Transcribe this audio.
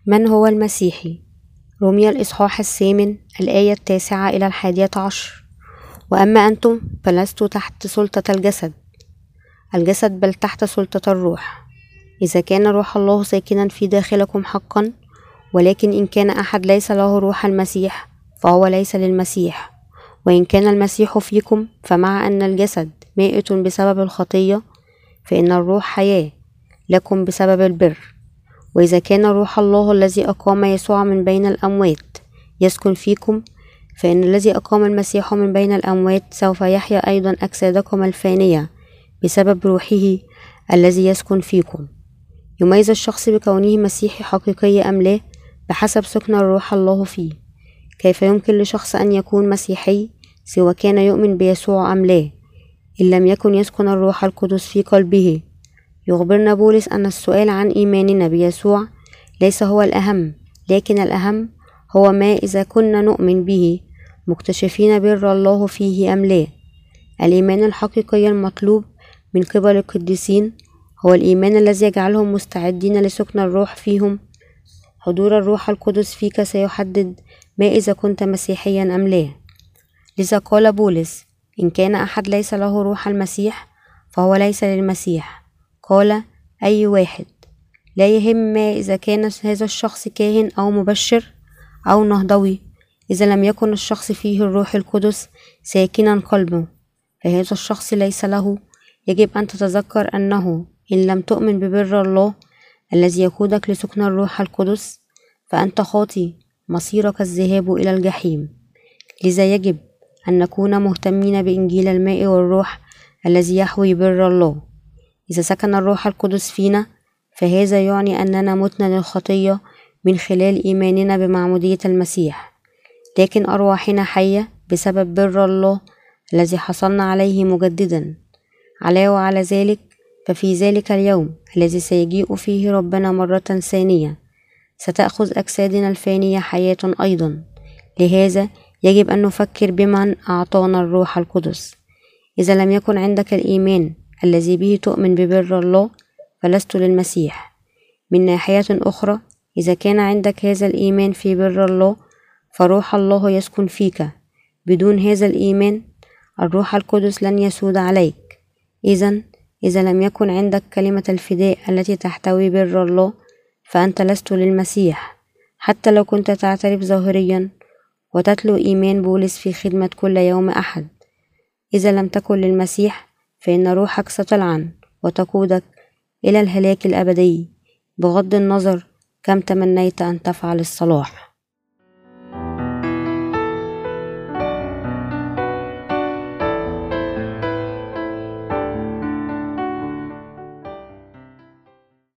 من هو المسيحي؟ رمي الإصحاح 8 الآية 9 إلى 11. وأما أنتم فلستوا تحت سلطة الجسد بل تحت سلطة الروح، إذا كان روح الله ساكنا في داخلكم حقا. ولكن إن كان أحد ليس له روح المسيح فهو ليس للمسيح. وإن كان المسيح فيكم فمع أن الجسد مائت بسبب الخطية فإن الروح حياة لكم بسبب البر. وإذا كان روح الله الذي أقام يسوع من بين الأموات يسكن فيكم فإن الذي أقام المسيح من بين الأموات سوف يحيا أيضا أجسادكم الفانية بسبب روحه الذي يسكن فيكم. يميز الشخص بكونه مسيحي حقيقي أم لا بحسب سكن الروح الله فيه. كيف يمكن لشخص أن يكون مسيحي سواء كان يؤمن بيسوع أم لا إن لم يكن يسكن الروح القدس في قلبه؟ يخبرنا بولس أن السؤال عن إيماننا بيسوع ليس هو الأهم، لكن الأهم هو ما إذا كنا نؤمن به مكتشفين بر الله فيه أم لا. الإيمان الحقيقي المطلوب من قبل القديسين هو الإيمان الذي يجعلهم مستعدين لسكن الروح فيهم. حضور الروح القدس فيك سيحدد ما إذا كنت مسيحيا أم لا. لذا قال بولس: إن كان أحد ليس له روح المسيح فهو ليس للمسيح. قال: أي واحد، لا يهم ما إذا كان هذا الشخص كاهن أو مبشر أو نهضوي، إذا لم يكن الشخص فيه الروح القدس ساكنا قلبه فهذا الشخص ليس له. يجب أن تتذكر أنه إن لم تؤمن ببر الله الذي يقودك لسكن الروح القدس فأنت خاطي، مصيرك الذهاب إلى الجحيم. لذا يجب أن نكون مهتمين بإنجيل الماء والروح الذي يحوي بر الله. إذا سكن الروح القدس فينا فهذا يعني أننا متنا للخطية من خلال إيماننا بمعمودية المسيح، لكن أرواحنا حية بسبب بر الله الذي حصلنا عليه مجددا. علاوة على ذلك ففي ذلك اليوم الذي سيجيء فيه ربنا مرة ثانية ستأخذ أجسادنا الفانية حياة أيضا. لهذا يجب أن نفكر بمن أعطانا الروح القدس. إذا لم يكن عندك الإيمان الذي به تؤمن ببر الله فلست للمسيح. من ناحية أخرى، إذا كان عندك هذا الإيمان في بر الله فروح الله يسكن فيك. بدون هذا الإيمان الروح القدس لن يسود عليك. إذا لم يكن عندك كلمة الفداء التي تحتوي بر الله فأنت لست للمسيح، حتى لو كنت تعترف ظاهريا وتتلو إيمان بولس في خدمة كل يوم أحد. إذا لم تكن للمسيح فإن روحك ستلعن وتقودك إلى الهلاك الأبدي، بغض النظر كم تمنيت أن تفعل الصلاح.